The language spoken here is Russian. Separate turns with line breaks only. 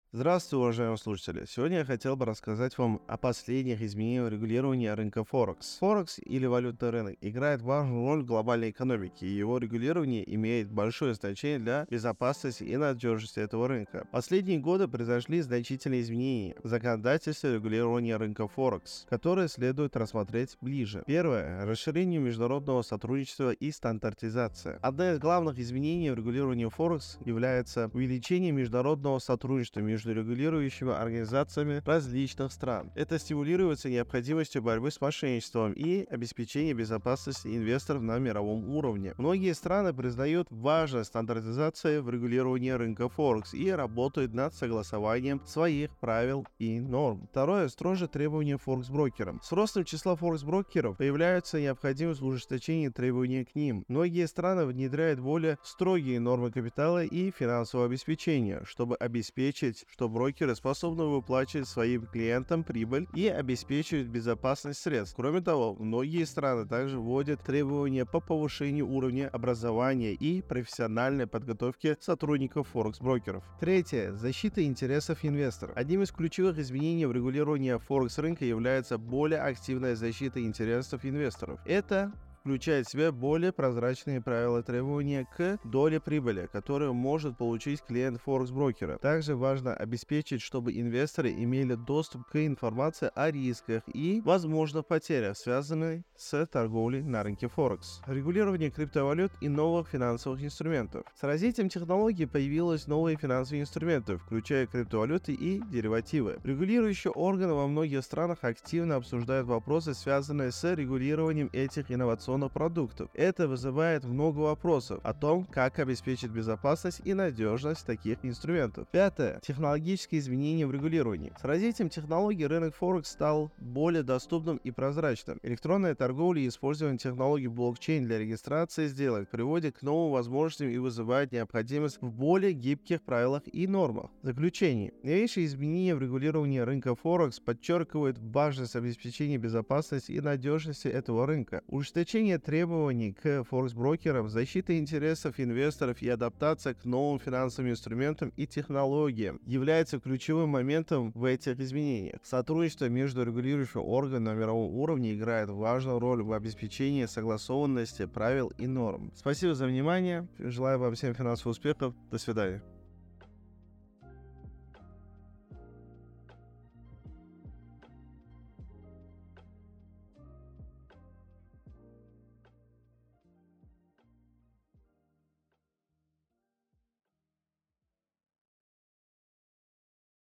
Здравствуйте, уважаемые слушатели! Сегодня я хотел бы рассказать вам о последних изменениях регулирования рынка Форекс. Форекс или валютный рынок играет важную роль в глобальной экономике, и его регулирование имеет большое значение для безопасности и надежности этого рынка. В последние годы произошли значительные изменения в законодательстве регулирования рынка Форекс, которые следует рассмотреть ближе. Первое – расширение международного сотрудничества и стандартизация. Одна из главных изменений в регулировании Форекс является увеличение международного сотрудничества между регулирующими организациями различных стран. Это стимулируется необходимостью борьбы с мошенничеством и обеспечения безопасности инвесторов на мировом уровне. Многие страны признают важность стандартизации в регулировании рынка Форекс и работают над согласованием своих правил и норм. Второе – строже требования Форекс-брокерам. С ростом числа Форекс-брокеров появляется необходимость в ужесточении требований к ним. Многие страны внедряют более строгие нормы капитала и финансового обеспечения, чтобы обеспечить, что брокеры способны выплачивать своим клиентам прибыль и обеспечивать безопасность средств. Кроме того, многие страны также вводят требования по повышению уровня образования и профессиональной подготовки сотрудников Форекс-брокеров. Третье – защита интересов инвесторов. Одним из ключевых изменений в регулировании Форекс-рынка является более активная защита интересов инвесторов. Это включает в себя более прозрачные правила требования к доле прибыли, которую может получить клиент Форекс-брокера. Также важно обеспечить, чтобы инвесторы имели доступ к информации о рисках и возможных потерях, связанных с торговлей на рынке Форекс. Регулирование криптовалют и новых финансовых инструментов. С развитием технологий появились новые финансовые инструменты, включая криптовалюты и деривативы. Регулирующие органы во многих странах активно обсуждают вопросы, связанные с регулированием этих инновационных продуктов. Это вызывает много вопросов о том, как обеспечить безопасность и надежность таких инструментов. Пятое. Технологические изменения в регулировании. С развитием технологий рынок Форекс стал более доступным и прозрачным. Электронная торговля и использование технологий блокчейн для регистрации сделок приводит к новым возможностям и вызывает необходимость в более гибких правилах и нормах. Заключение. Новейшие изменения в регулировании рынка Форекс подчеркивают важность обеспечения безопасности и надежности этого рынка. Ужесточение требований к форекс-брокерам, защита интересов инвесторов и адаптация к новым финансовым инструментам и технологиям является ключевым моментом в этих изменениях. Сотрудничество между регулирующими органами на мировом уровне играет важную роль в обеспечении согласованности правил и норм. Спасибо за внимание. Желаю вам всем финансовых успехов. До свидания.